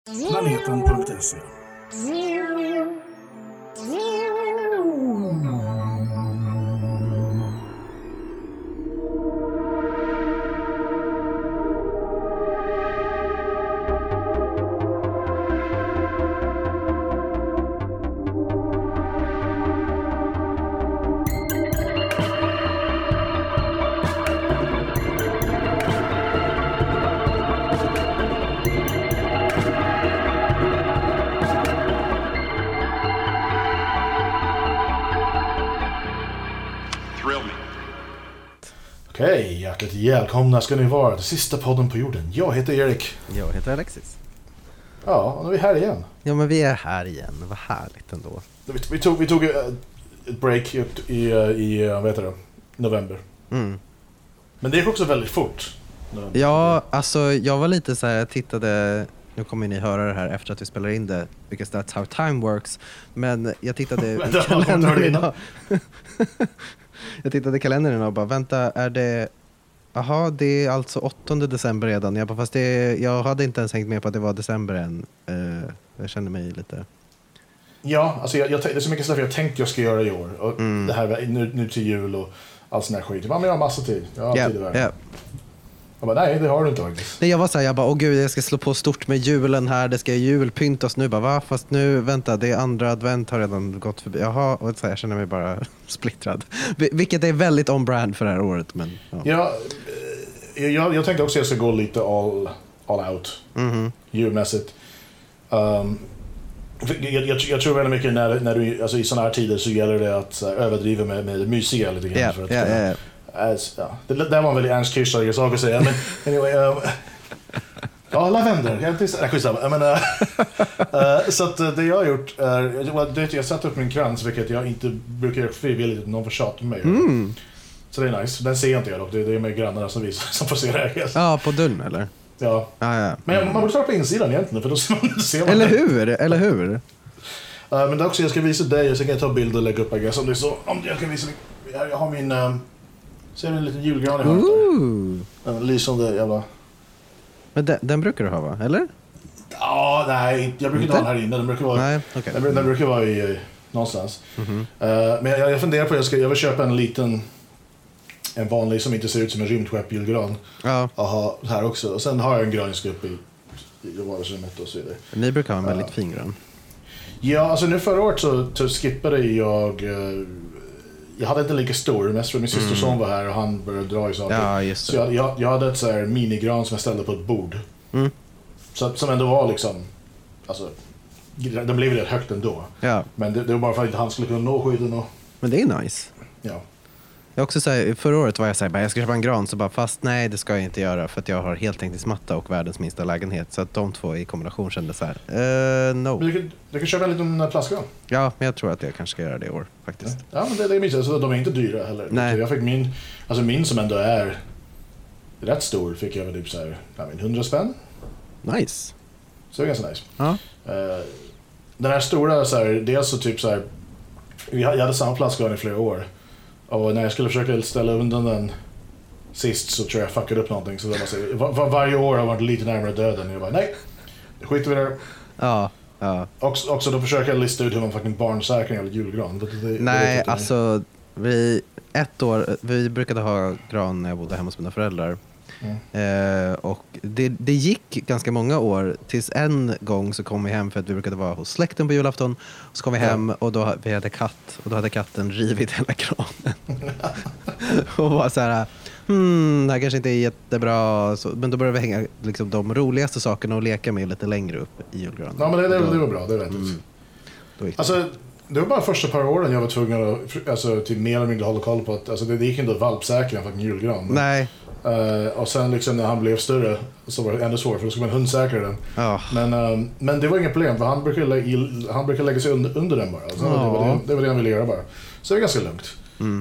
Planeten.se. Hej, hjärtligt välkomna ska ni vara till sista podden på jorden. Jag heter Erik. Jag heter Alexis. Ja, och nu är vi här igen. Ja, men vi är här igen. Vad härligt ändå. Vi tog ett break i vad heter det? November. Mm. Men det gick också väldigt fort. Ja, alltså jag var lite så här, jag tittade, nu kommer ni höra det här efter att vi spelar in det, because that's how time works. Men jag tittade i kalendern idag. Jag tittade i kalendern och bara, vänta, är det... Jaha, det är alltså 8 december redan. Jag bara, fast jag hade inte ens hängt med på att det var december än. Jag kände mig lite... Ja, alltså det är så mycket stuff jag tänkte jag ska göra i år. Och det här nu till jul och all sån här skit. Men jag har massa tid. Jag har tid i världen. Jag bara, nej, det har du inte faktiskt. Nej, jag var så här, jag bara, åh gud, jag ska slå på stort med julen här. Det ska julpyntas nu. Bara, va? Fast nu, vänta, det är andra advent har redan gått förbi. Jaha, och så här, jag känner mig bara splittrad. Vilket är väldigt on-brand för det här året. Men, ja. Jag tänkte också att jag ska gå lite all out. Julmässigt. Jag tror väldigt mycket när du, alltså i såna här tider så gäller det att överdriva med det mysiga lite grann. För att, det där var en väldigt Ernst Kirchsteiger sak att säga, men anyway, ja, lavendel, så att det jag har gjort är, jag satt upp min krans, vilket jag inte brukar göra frivilligt, någon får tjata med mig. Så det är nice, den ser jag inte jag dock, det är med grannarna som får se det här. Ja, på dörren eller? Ja. Men man borde ta på insidan egentligen, för då ser man Eller hur? Men det är också, jag ska visa dig, så kan jag ta bilder och lägga upp, om det är så, om jag kan visa mig. Jag har min ser du en liten julgran i hörnet där? En lysande jävla... Men den brukar du ha, va? Eller? Ja, nej, jag brukar inte ha den här inne. Den brukar vara, den brukar vara i någonstans. Men jag funderar på att jag vill köpa en vanlig som inte ser ut som en rymdskepp julgran. Ja. Och ha här också. Och sen har jag en gran upp i vardagsrummet och så vidare. Ni brukar ha en väldigt fin gran. Ja, alltså nu förra året så skippade jag hade inte lika stor, mest för min systerson var här och han började dra i saker. Ja, just det. Så jag hade ett så här minigran som jag ställde på ett bord. Som ändå var liksom, alltså, den blev rätt högt ändå. Ja. Men det var bara för att han skulle kunna nå skiten. Men det är nice. Ja. Jag också säger, förra året var jag så här, jag ska köpa en gran, så bara, fast nej, det ska jag inte göra för att jag har heltäckningsmatta och världens minsta lägenhet, så att de två i kombination kände så här, no. Men du kan köpa en liten plastgran. Ja, men jag tror att jag kanske ska göra det i år faktiskt. Ja, men det är mysigt, så de är inte dyra heller. Nej. Jag fick min som ändå är rätt stor, fick jag väl typ så här, 100 spänn. Nice. Så det är ganska nice. Ja. Den här stora så här, dels så typ så här, jag hade samma plastgran i flera år. Och när jag skulle försöka ställa undan den sist så tror jag fuckade upp någonting. Så varje år har jag varit lite närmare döden. Och jag bara, nej, det skiter vi där. Ja. Också då försöker jag lista ut hur man fucking barnsäkring eller julgran. Nej, alltså vi brukade ha gran när jag bodde hemma hos mina föräldrar. Och det gick ganska många år tills en gång så kom vi hem för att vi brukade vara hos släkten på julafton. Så kom vi hem och vi hade katt och då hade katten rivit hela granen. Och var så här, det här kanske inte är jättebra, men då började vi hänga liksom de roligaste sakerna och leka med lite längre upp i julgranen. Ja, men det var bra, det vet jag. Alltså det var bara första par åren jag var tvungen att till mer eller mindre hålla koll på att alltså, det gick inte att valpsäkra en julgran. Nej. Och sen liksom när han blev större så var det ännu svårare för då skulle man hundsäkra den. Men det var inga problem för han brukar lägga sig under den bara. Alltså, det var det han ville göra bara. Så det var ganska lugnt.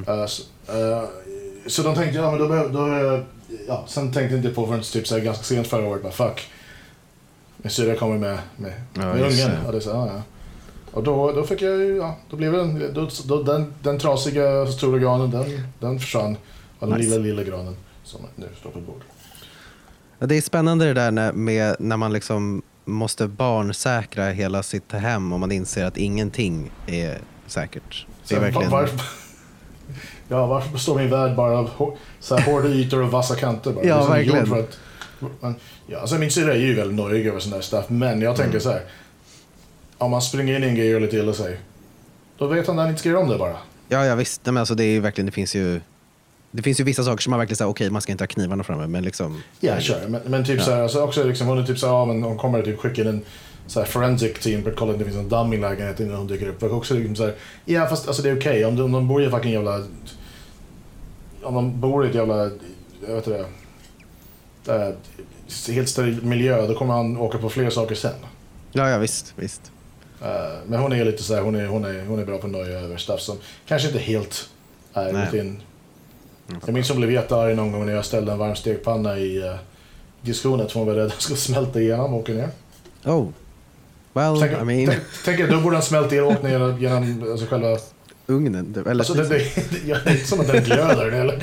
Så de tänkte sen tänkte jag inte på förrän typ så här, ganska sent förra året bara fuck. Min syrra kommer med ungen och det så och då fick jag då blev den trasiga stora granen den försvann och den lilla granen som nu står på ett bord. Det är spännande det där när man liksom måste barnsäkra hela sitt hem och man inser att ingenting är säkert. Det är verkligen... varför består min värld bara av så här hårda ytor och vassa kanter? Bara? Ja, verkligen. För att, alltså min syrra är ju väldigt nöjd över sån där stuff, men jag tänker så här: om man springer in i en grej och lite illa sig, då vet han att han inte ska göra om det bara. Ja, visst. Men alltså, det är ju verkligen, det finns ju vissa saker som man verkligen säger, okej, man ska inte ha knivarna framme, men liksom... Ja, kör. Men typ så här, alltså också liksom, hon är typ så här, men hon kommer typ skicka in en så här forensic team för att kolla om det finns en damm i lägenheten innan hon dyker upp. Och också liksom så här, ja, fast alltså det är okej. Om de bor i en fucking jävla... Om de bor i ett jävla... Jag vet inte det. Helt steril miljö, då kommer han åka på fler saker sen. Ja, visst. Men hon är lite så här, hon är bra på att nöja över stuff som kanske inte helt är rutin. Jag minns som blev jättearg någon gång när jag ställde en varm stekpanna i diskonet för hon var rädd att den skulle smälta igenom och åka ner. Oh. Well, Tänk då borde den smälta igenom och åka ner genom alltså själva ugnen. Eller alltså det är inte som att den glöder eller.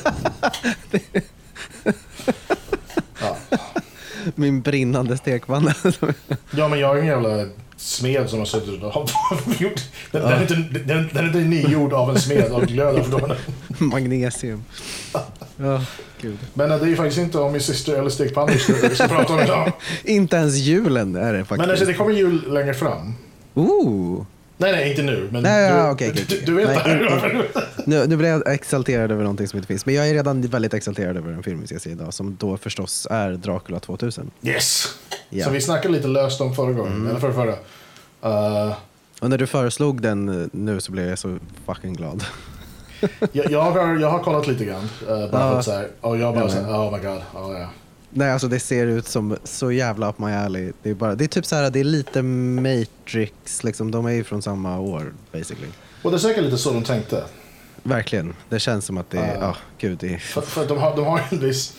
Ja. Min brinnande stekpanna. Ja, men jag är en jävla smed som har suttit och gjort. Den är inte nygjord av en smed av glöd för då. Magnesium. Ja, gud. Men det är ju faktiskt inte om min syster eller stekpanna vi ska prata om idag. Inte ens julen är det faktiskt. Men alltså, det kommer jul längre fram. Nej, inte nu. Men du vet det här. Nu blir jag exalterad över någonting som inte finns. Men jag är redan väldigt exalterad över en film vi ska se idag. Som då förstås är Dracula 2000. Yes! Yeah. Så vi snackade lite löst om förra gången. Eller förra. Och när du föreslog den nu så blev jag så fucking glad. jag har kollat lite grann. Bara för att så här, och jag bara såhär, oh my god. Ja. Nej, alltså det ser ut som så jävla up my alley. Det är typ så här, det är lite Matrix liksom, de är ju från samma år basically. Och det är säkert lite så de tänkte. Verkligen. Det känns som att det är gud det är... För att de har en viss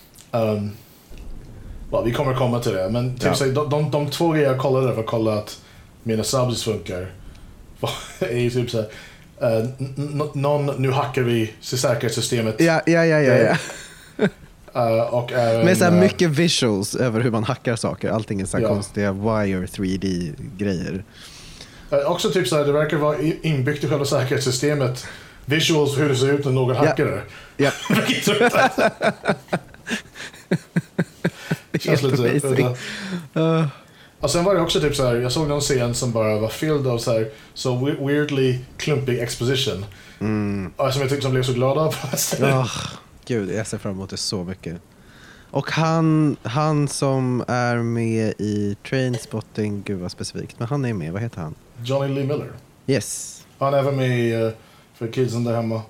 vi kommer komma till det, men typ så de två grejer jag kollade för att kolla att mina subs funkar är ju typ så här, nu hackar vi säkerhetssystemet. Ja. Och även, med så här mycket visuals över hur man hackar saker. Allting är så här konstiga wire 3D-grejer. Också typ så här, det verkar vara inbyggt i själva säkerhetssystemet. Visuals för hur det ser ut när någon hackar det. Ja. Det känns lite så. Och sen var det också typ så här, jag såg någon scen som bara var fylld av så här så weirdly klumpig exposition. Som jag tyckte som blev så glad av. Gud, jag ser fram emot det så mycket. Och han som är med i Trainspotting, gud vad specifikt, men han är med, vad heter han? Johnny Lee Miller. Yes. Han är även med för Kidsen där hemma.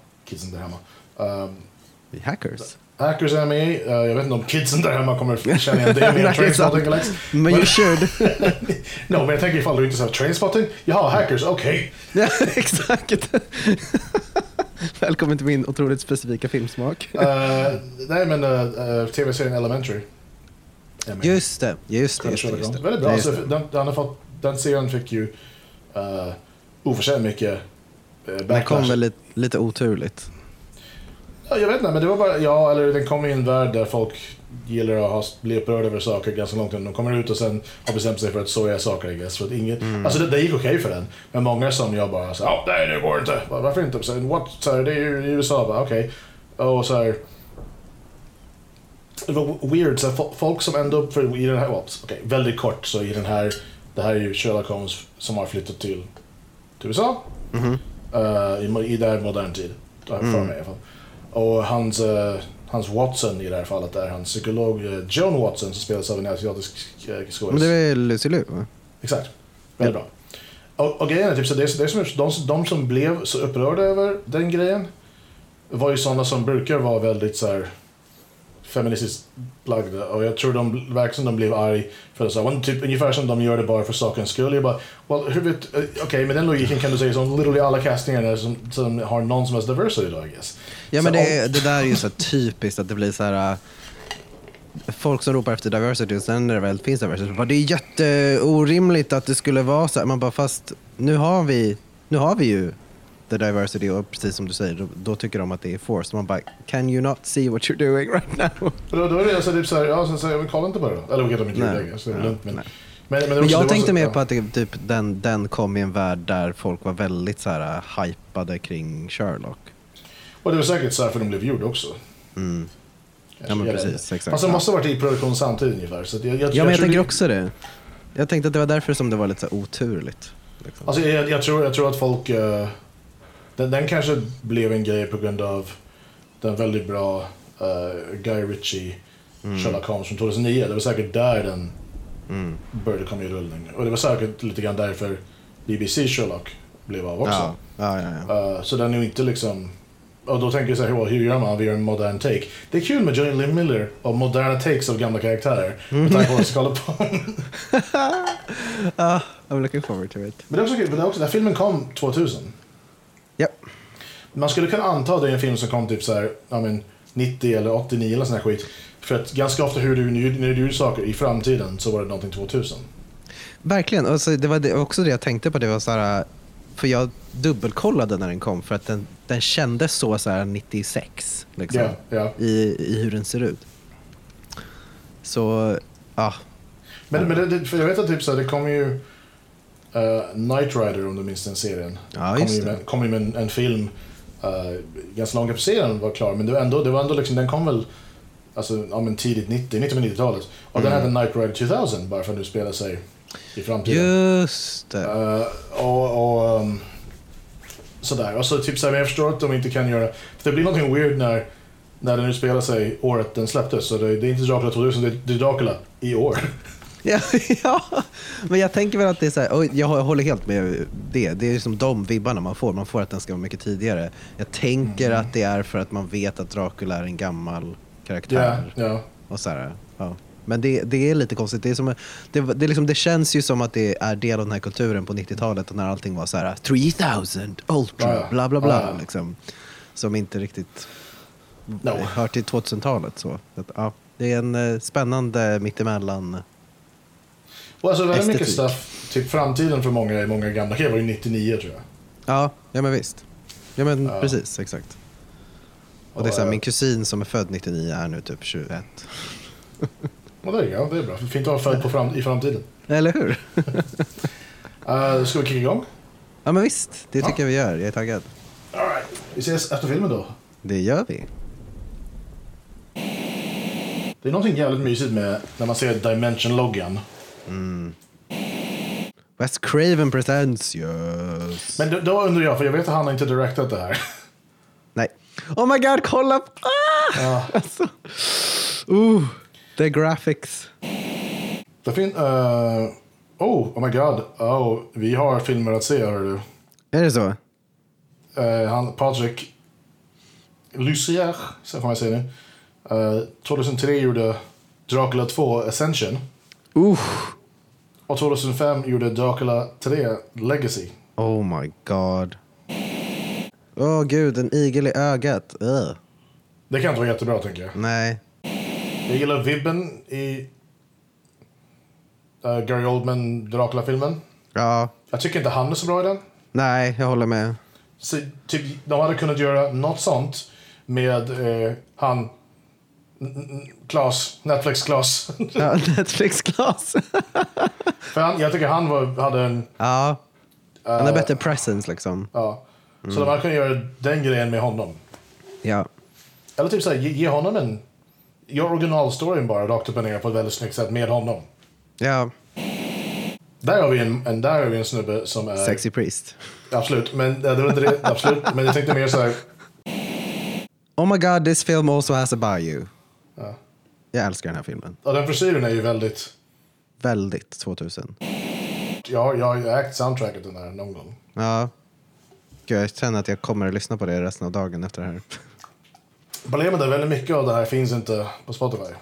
Hackers. Hackers är med. Jag vet inte om kidsen där hemma kommer känna igen det med Trainspotting, Alex. Men you should. No, men jag tänker ifall du inte sa Trainspotting. Jaha, Hackers, okej. Ja, exakt. Välkommen till min otroligt specifika filmsmak. Nej, men tv-serien Elementary. Just det. Väldigt bra. Alltså, den serien fick ju oförtjänt mycket backlash. Den kom väl lite oturligt. Ja, jag vet inte, men det var bara eller den kom i en värld där folk gillar att bli upprörda över saker ganska långt innan de kommer ut och sen har bestämt sig för att så är saker, I guess. För att alltså det gick okej för den, men många som jag bara så nej, det går inte. Varför inte? Så så här, det är ju i USA, okej. Och så här, det var weird så folk som ändå för i den här väldigt kort så i den här, det här är ju Sherlock Holmes som har flyttat till USA. I där modern tid. För mig i alla fall. Och hans Watson i det här fallet är hans psykolog Joan Watson som spelas av en asiatisk skådis. Men det är Lucy Liu, va? Exakt. Väldigt bra. Och grejen är typ så de som blev så upprörda över den grejen var ju sådana som brukar vara väldigt så här feministiskt lagda, och jag tror de blev arg för det så typ ungefär som de gör det bara för sakens skull. Jag bara, okej, med den logiken kan du säga som literally alla castingar som har någon som helst diversity idag, I guess. Ja, men det där är ju så typiskt att det blir så här folk som ropar efter diversity och sen när det väl finns diversity, det är jätteorimligt att det skulle vara så här. Man bara, fast nu har vi ju the diversity, och precis som du säger, då tycker de att det är forced. Man bara, can you not see what you're doing right now? Då är det alltså typ så här, så jag vill kolla inte bara då. Eller okej, de inte lägger, så det är lugnt. Men Men jag tänkte mer på att typ, den kom i en värld där folk var väldigt så här hypade kring Sherlock. Och det var säkert så här för de blev gjord också. Ja, men precis, exakt. Alltså det måste ha varit i produktion samtidigt ungefär. Så jag tänker också det. Jag tänkte att det var därför som det var lite så oturligt. Liksom. Alltså jag tror att folk... Den kanske blev en grej på grund av den väldigt bra Guy Ritchie Sherlock Holmes från 2009. Det var säkert där den började komma i rullning. Och det var säkert lite grann därför BBC Sherlock blev av också. Ja. Så den är ju inte liksom... Och då tänker jag så här, hur gör man? Vi gör en modern take. Det är kul med Johnny Lee Miller och moderna takes av gamla karaktärer. Med tanke på vad jag ska kolla på. I'm looking forward to it. Men det är också kul, den här filmen kom 2000. Ja. Man skulle kunna anta att det är en film som kom typ så här, 90 eller 89 eller sån här skit. För att ganska ofta när du gör saker i framtiden så var det någonting 2000. Verkligen, och så det var också det jag tänkte på. Det var så här, för jag dubbelkollade när den kom för att den kändes så här 96 liksom, I hur den ser ut. Så Men för jag vet att typ så här, det kom ju Knight Rider, om du minns den serien. Ja, kom ju med en film ganska långt efter serien var klar, men det var ändå liksom, den kom väl alltså tidigt 90-talet. Och den hade Knight Rider 2000 bara för att nu spela sig i framtiden. Just det. Och sådär. Och så typ så här, jag förstår att de inte kan göra... För det blir någonting weird när den nu spelar sig året den släpptes. Så det är inte Dracula 2000, det är Dracula i år. Ja, men jag tänker väl att det är så här, och jag håller helt med det. Det är liksom de vibbarna man får. Man får att den ska vara mycket tidigare. Jag tänker att det är för att man vet att Dracula är en gammal karaktär. Ja. Och så här, ja. Men det är lite konstigt. Det är som, det känns ju som att det är del av den här kulturen på 90-talet när allting var så här 3000 ultra bla bla bla liksom, som inte riktigt hör till 2000-talet så. Det är en spännande mittemellan. Och alltså väldigt mycket stuff, typ framtiden för många gamla var ju 99 tror jag. Ja men visst. Ja men precis, exakt. Och det är så här, min kusin som är född 99 är nu typ 21. Ja, det är bra. Fint att vara född i framtiden. Eller hur? Ska vi kicka igång? Ja, men visst. Det tycker jag vi gör. Jag är taggad. All right. Vi ses efter filmen då. Det gör vi. Det är någonting jävligt mysigt med när man ser Dimension-loggan. Wes Craven presents, yes. Men då undrar jag, för jag vet att han har inte directat det här. Nej. Oh my god, kolla! Alltså. The graphics. Det finns... oh my god. Vi har filmer att se, hör du. Är det så? Patrick Lussier, så kan man säga nu. 2003 gjorde Dracula 2 Ascension. Och 2005 gjorde Dracula 3 Legacy. Oh my god. Gud, en igel i ögat. Det kan inte vara jättebra, tänker jag. Nej. Jag gillar vibben i Gary Oldman Dracula-filmen. Ja. Jag tycker inte han är så bra i den. Nej, jag håller med. Så, typ, de hade kunnat göra något sånt med han... Netflix-Klas. Ja, Netflix-Klas. För jag tycker han hade en... Ja, han har bättre presence liksom. Ja, så de hade kunnat göra den grejen med honom. Ja. Eller typ såhär, ge honom en... Gör originalstoryn bara rakt upp och ner på ett väldigt snyggt sätt med honom. Ja. Där har vi en snubbe som är... Sexy priest. Absolut, men det var inte det. Absolut, men jag tänkte mer så här. Oh my god, this film also has a bayou. Ja. Jag älskar den här filmen. Ja, den frisyren är ju väldigt 2000. Ja, jag har ägt soundtracket den här någon gång. Ja. Gud, jag känner att jag kommer att lyssna på det resten av dagen efter det här. Problemet är väldigt mycket av det här finns inte på Spotify.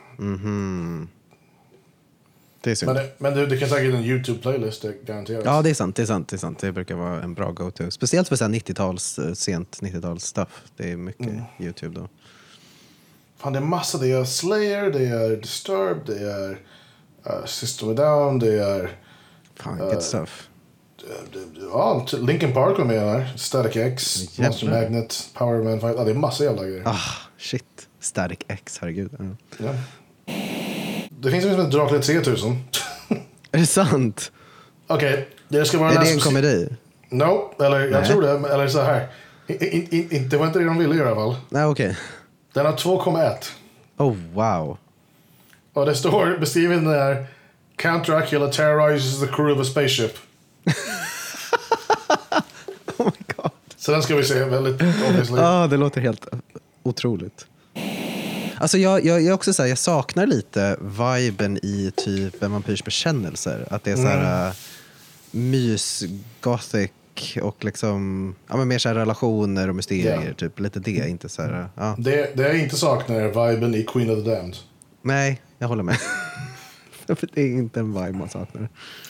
Det är synd. Men du kan säkert en YouTube-playlist, garanterat. Ja, det är sant. Det brukar vara en bra go-to. Speciellt för sent 90-tals stuff. Det är mycket YouTube då. Fan, det är massa. Det är Slayer, det är Disturbed, det är System of a Down, det är... Fan, good stuff. Ja, Linkin Park var med här. Static X, Monster Magnet, Power Man Fight. Ja, det är massa jävla grejer. Shit. Static X, herregud. Ja. Det finns en som heter Dracula 3000. Är det sant? Okej, det ska vara är det en komedi? No, eller jag tror det. Eller så här. Det var inte det de ville göra, väl? Nej, okej. Den har 2,1. Oh, wow. Och det står beskriven där: Count Dracula terrorizes the crew of a spaceship. Oh my god. Så den ska vi se väldigt obviously. Ja, det låter helt otroligt. Alltså jag också så här, jag saknar lite viben i typ En vampyrs bekännelser. Att det är så här mys, gothic och liksom men mer så här relationer och mysterier, typ lite det, inte så här. Ja. Det jag inte saknar är viben i Queen of the Damned. Nej, jag håller med. För det är inte en vibe man saknar.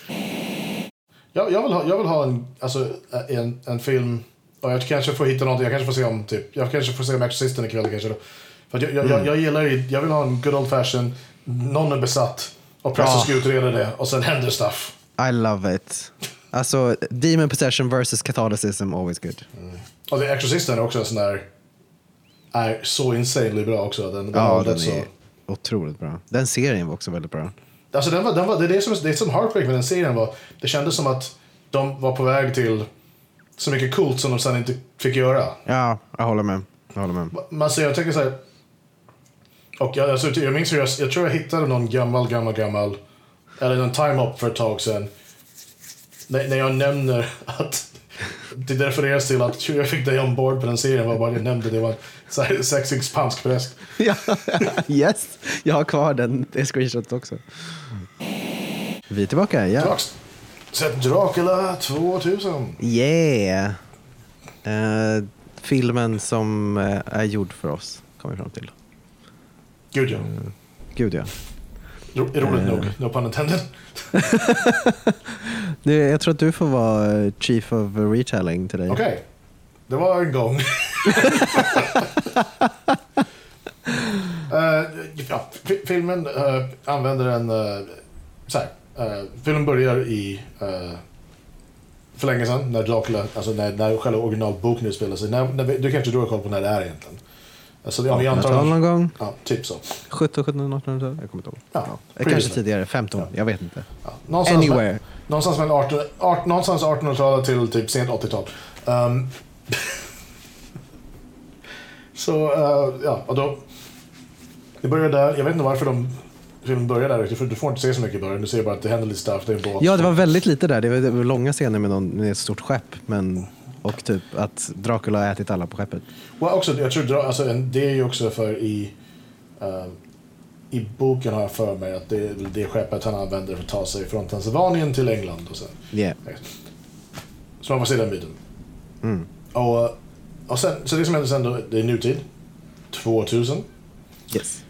Jag vill ha en film, och jag kanske får hitta något. Jag kanske får se om Exorcisten ikväll kanske då. För jag vill ha en good old fashion, någon är besatt och pressen ska utreda det och sen händer stuff. I love it. Alltså, demon possession versus Catholicism, always good. Och The Exorcisten är också en sån där, är så insanely bra också. Den är otroligt bra. Den serien var också väldigt bra. Alltså det som Heartbreak med den serien var, det kändes som att de var på väg till så mycket coolt som de sen inte fick göra. Ja, jag håller med. Man ser, jag tänker så här, och jag minns hur jag tror jag hittade någon gammal eller en time-up för ett tag sedan när jag nämner att det refereras till att jag fick dig ombord på den serien var bara jag nämnde det var så här sexig spansk präst. Ja, yes. Jag har kvar det screenshotet också. Vi är tillbaka, ja. Sett Dracula 2000. Yeah. Filmen som är gjord för oss, kommer vi fram till. Gud ja. Roligt nog, no pun intended. Jag tror att du får vara chief of retelling till dig. Okej. Det var en gång. Filmen använder en filmen börjar i för länge sedan när Dracula, alltså när själva originalboken utspelar sig. Du kanske har koll på när det är egentligen. Alltså, vi antar någon gång. Ja, typ så. 17, 1800-tal, jag kommer inte ihåg. Ja, kanske tidigare, 15, jag vet inte. Ja, någonstans mellan 1800-talet till typ sent 80-tal. Och då det börjar där. Jag vet inte varför filmen börjar där, för du får inte se så mycket i början. Du ser bara att det händer lite stuff. Det är en båt. Ja, det var väldigt lite där. Det var långa scener med ett stort skepp, och typ att Dracula har ätit alla på skeppet. Också, jag tror det är ju också för i boken har jag för mig att det är det skeppet han använder för att ta sig från Transylvanien till England och sen. Yeah. Så man får se den biten. Och sen, så det som händer sen då, det är nutid. 2000. Yes.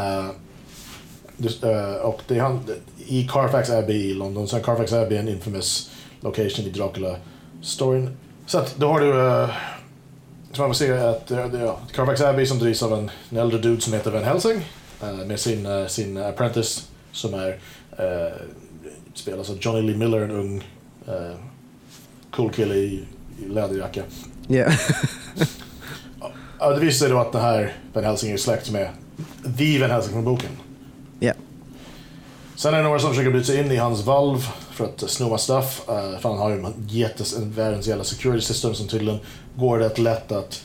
Och det är i Carfax Abbey i London. Sen Carfax Abbey är en infamous location i Dracula-storyn. Så att då har du så man får se att Carfax Abbey som drivs av en äldre dude som heter Van Helsing med sin apprentice som är spelas av Johnny Lee Miller, en ung cool kille i läderjacka. Yeah. Det visar sig då att den här Van Helsing är släkt med The Van Helsing från boken. Yeah. Sen är det några som försöker bryta sig in i hans valv för att snoma stuff. För han har ju en världens jävla security system som tydligen går rätt lätt att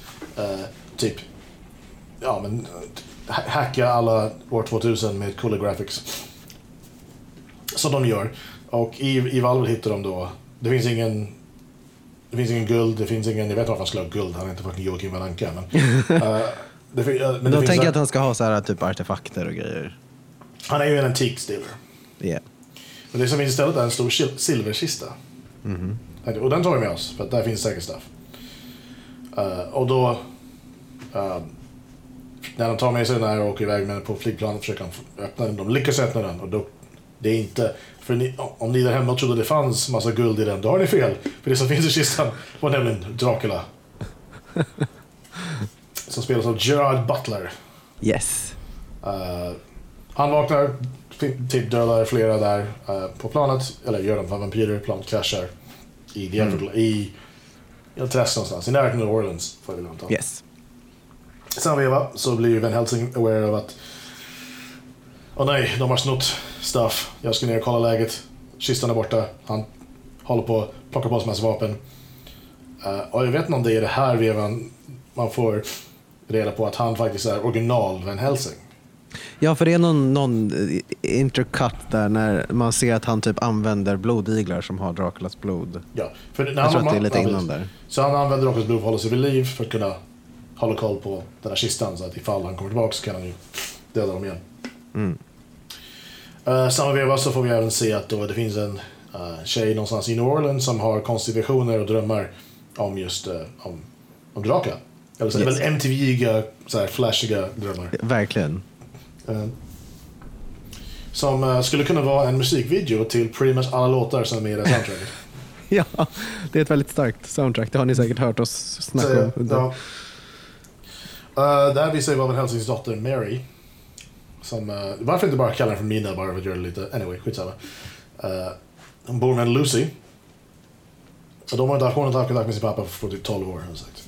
hacka alla år 2000 med cooler graphics. Som de gör. Och i valvet hittar de då, det finns ingen guld, jag vet inte varför han skulle ha guld, han är inte fucking Joakim Van Anka, men de tänker att han ska ha så här typ artefakter och grejer. Han är ju en antikdealer. Yeah. Men det som finns istället är en stor silverkista. Och den tar vi med oss, för att där finns säkert stuff. Och då när de tar med sig den här och åker iväg med den på flygplanet försöker de öppna den. De lyckas öppna den och då, det är inte, för om ni där hemma trodde det fanns massa guld i den, då har ni fel. För det som finns i kistan var nämligen Dracula. Som spelas av Gerard Butler. Yes. Han vaknar, typ dödar flera där på planet, eller gör de för vampyrer, planet kraschar i en träsk någonstans, i närheten av New Orleans, får vi anta. Yes. Samma veva så blir Van Helsing aware av att nej, de har snott stuff. Jag ska ner och kolla läget. kistan är borta. Han håller på att plocka på sig massa vapen. Och jag vet inte om det är det här vevan man får reda på att han faktiskt är original Van Helsing. Ja, för det är någon intercut där när man ser att han typ använder blodiglar som har Draculas blod. Ja, för när jag tror att det är lite innan där. Så han använder Draculas blod för att hålla sig vid liv för att kunna hålla koll på den här kistan, så att ifall han kommer tillbaka så kan han ju döda dem igen. Samma veva så får vi även se att då det finns en tjej någonstans i New Orleans som har konstiga visioner och drömmar om just om Dracula. Eller så är det väl MTV-iga, så här flashiga drömmar. Verkligen. Som skulle kunna vara en musikvideo till pretty much alla låtar som är i det soundtracket. Ja, det är ett väldigt starkt soundtrack. Det har ni säkert hört oss snacka om. Ja. Där visar Van Helsings dotter Mary. Som, varför inte bara kalla henne för Mina, bara för att göra det lite... Anyway, skitsamma. Hon bor med Lucy. Och de har inte haft kontakt med sin pappa för typ 12 år, har jag sagt.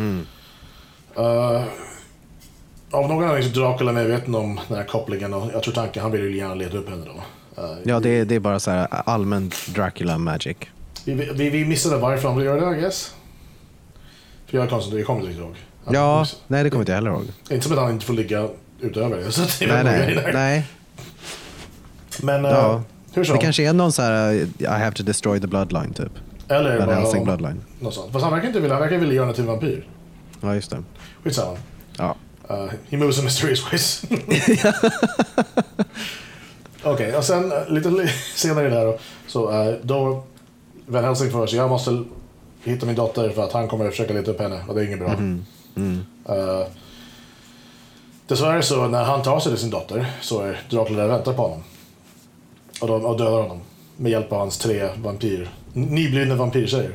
Av någon anledning så Dracula är medveten om den här kopplingen, och jag tror tanken han vill ju gärna leta upp henne då. Ja, det är bara så här allmänt Dracula magic. Vi missade varför han vill göra det, I guess. För jag kommer inte ihåg. Ja, nej, det kommer inte jag heller ihåg. Inte som att han inte får ligga utöver det. Så det är nej. Men hur så? Det kanske är någon så här I have to destroy the bloodline typ. Eller Van Helsing bloodline. Något sånt. Fast han verkar vilja göra henne till en vampyr. Ja, just det. Skitsamma. Ja. He moves in mysterious ways. Okej, och sen lite senare där då, så då Van Helsing för sig, jag måste hitta min dotter för att han kommer att försöka leta upp henne, och det är inget bra. Dessvärre så när han tar sig till sin dotter så är Dracula där och väntar på honom. Och dödar honom med hjälp av hans 3 nyblivna vampyrtjejer.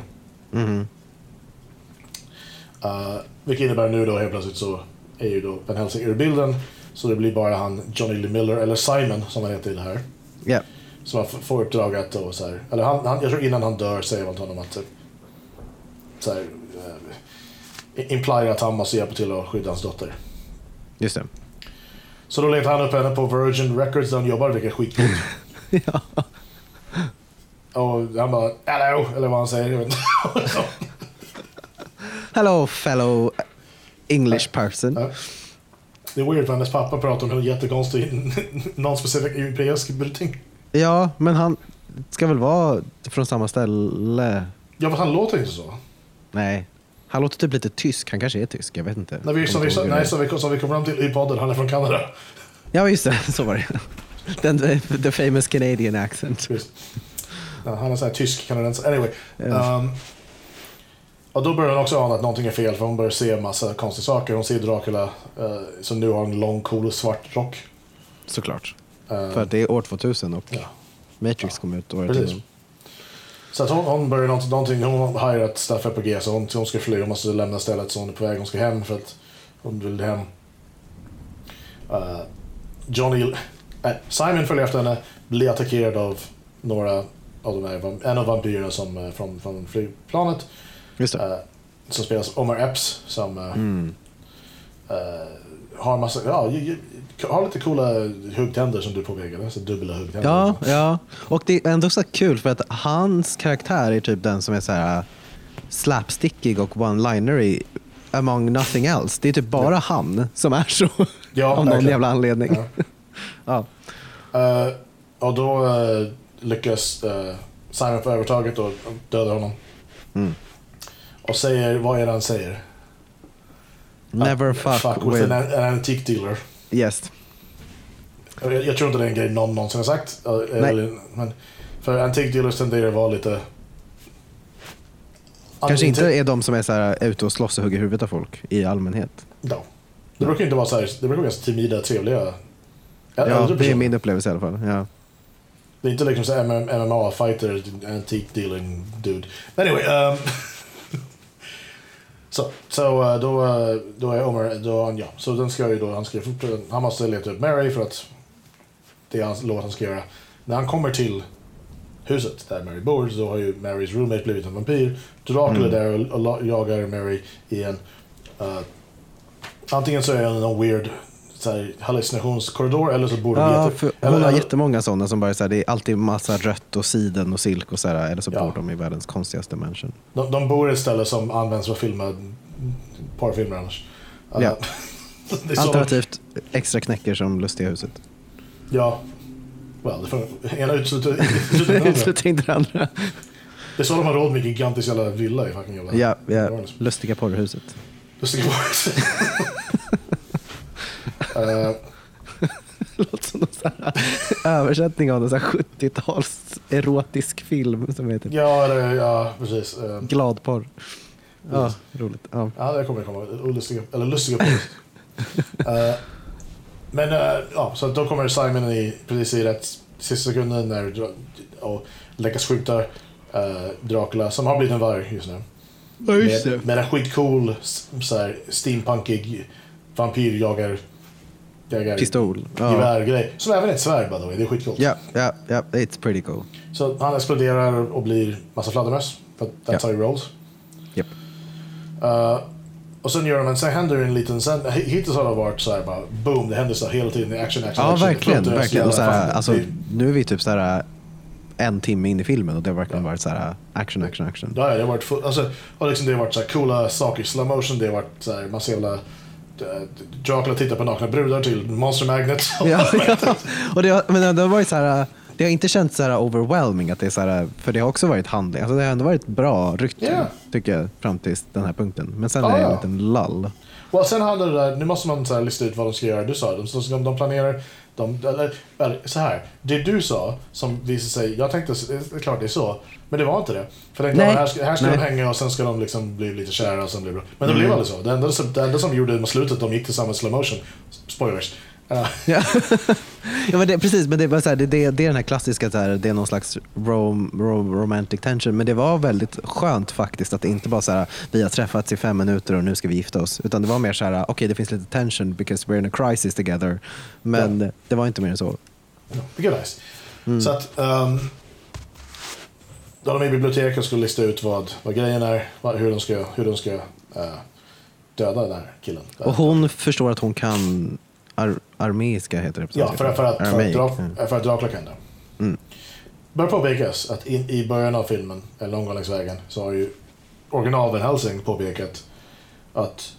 Vilket innebär nu då helt plötsligt så är ju då Van Helsing ur bilden, så det blir bara han Johnny Lee Miller, eller Simon som han heter i det här. Yeah. Som han får uppdraget och så här, eller han, jag tror innan han dör säger man till honom att så här, implier att han måste hjälpa till att skydda hans dotter. Just det. Så då letar han upp henne på Virgin Records där hon jobbar, vilket är skitkult. Ja. Och han bara, hello, eller vad han säger, jag vet inte. Hello fellow English person. Det är weird för hennes pappa pratar om en jättekonstig non-specific europeisk brytning. Ja, men han ska väl vara från samma ställe. Ja, men han låter inte så. Nej, han låter typ lite tysk. Han kanske är tysk, jag vet inte. Som vi kom fram till i podden, han är från Kanada. Ja, just det, så var det. The famous Canadian accent. Ja, han är så här tysk kanadens. Anyway. Och då börjar hon också ana att någonting är fel, för hon börjar se en massa konstiga saker. Hon ser Dracula som nu har en lång, cool och svart rock. Såklart. För det är år 2000 och Matrix kom ut året innan. Så att hon börjar någonting, hon har hirat Staff på G, så hon ska fly, hon måste lämna stället, så hon är på väg, hon ska hem för att hon vill hem. Simon följer efter henne, blir attackerad av några av de här, en av vampyrerna som från flygplanet. Just det. Som spelas Omar Epps som har massa, har lite coola huggtänder som du påpekade, så dubbla huggtänder. Ja, och det är ändå så kul för att hans karaktär är typ den som är så här slapstickig och one-liner among nothing else. Det är typ bara han som är så av någon jävla anledning. Ja. Och då lyckas Simon få övertaget och döda honom. Och säger, vad är det han säger? Never fuck with an antique dealer. Yes. Jag tror inte det är en grej någon någonsin har sagt. Men för antique dealers tenderar att vara lite... Kanske inte är de som är så här ute och slåss och hugger huvudet av folk i allmänhet. Ja. Det brukar inte vara så här, det brukar vara timida, trevliga. Ja, det är min upplevelse i alla fall. Ja. Det är inte liksom så MMA-fighter, antique dealing dude. Anyway, så då är Omar, så den ska ju då, han måste leta upp Mary för att det är hans låt han ska göra. När han kommer till huset där Mary bor, så har ju Marys roommate blivit en vampyr. Dracula där och jagar Mary igen. Antingen så är han någon weird så här, hallucinationskorridor eller så bor de hon har jättemånga sådana som bara så här, det är alltid massa rött och siden och silk och så här, eller så bor de i världens konstigaste mansion. De bor i ett ställe som används för att filma porrfilmer annars. Ja. Alternativt extra knäcker som Lustiga huset. Ja. Ena utesluter inte det andra. Det är så de har råd med gigantisk jävla villa i fucking jävla. Ja. Lustiga porrhuset. Lustiga porrhuset. Det låter som någon översättning av en 70-tals erotisk film som heter. Ja, precis. Gladporr. Ja, roligt. Ja, det kommer komma. Lustiga porr. Men så då kommer Simon precis i rätt sista sekunden när och lyckas skjuta Dracula som har blivit en varg just nu. Ja, just det. Med en skitcool så här steampunkig vampyrjagar pistol. Gevärgrej. Som även är ett svärd, by the way. Det är skitcoolt. Ja, it's pretty cool. Så han exploderar och blir massa fladdermöss. That's how he rolls. Yep. Och sen gör de sen händer en liten hittills har det varit så här bara boom, det händer så här hela tiden action. Ja, verkligen. Och så här, alltså, nu är vi typ så här en timme in i filmen och det har verkligen varit så här action. Ja, det har varit alltså, och liksom det har varit så här coola saker i slow motion, det har varit så här massa jävla Dracula tittar på nakna brudar till Monster Magnet. Och men det har varit så här, det har inte känts så här overwhelming att det är så här, för det har också varit handling. Alltså det har ändå varit bra rytm tycker jag fram till den här punkten. Men sen är det en liten lull. Och sen handlar det där, nu måste man så här lista ut vad de ska göra. Du sa de planerar eller så här. Det du sa som visade sig, jag tänkte klart det är så, men det var inte det. För den här ska de hänga och sen ska de liksom bli lite kära och sen blir det bra. Men det blev aldrig så. Det enda som gjorde med slutet, de gick tillsammans slow motion. Spoilers. Ja, men precis, men det var så här, det är den här klassiska så här, det är någon slags romantic tension, men det var väldigt skönt faktiskt att det inte bara så här, vi har träffats i 5 minuter och nu ska vi gifta oss, utan det var mer så här, okej, det finns lite tension because we're in a crisis together, men det var inte mer än så. Det är nice. Så att då de i biblioteket skulle lista ut vad grejen är, hur de ska döda den här killen. Och hon förstår att hon kan armeiska heter det. Ja, för att Dracula kan det. Bör påpekas att i början av filmen, eller någon gång längs vägen, så har ju original Van Helsing påpekat att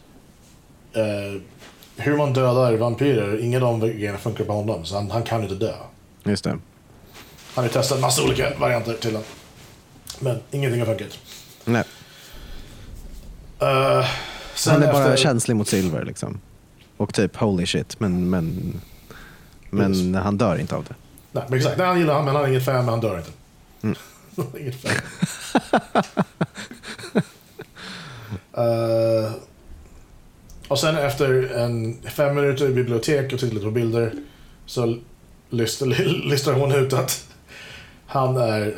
hur man dödar vampyrer, ingen av de grejerna funkar på honom, så han kan inte dö. Just det. Han har testat en massa olika varianter till den, men ingenting har funkat. Nej. Han är bara känslig mot silver liksom. Och typ holy shit, men han dör inte av det. Nej, men exakt. Nej, han gillar han, men han är inget fan, men han dör inte. Inget fan. Och sen efter 5 minuter i bibliotek och tittar lite på bilder så listar hon ut att han är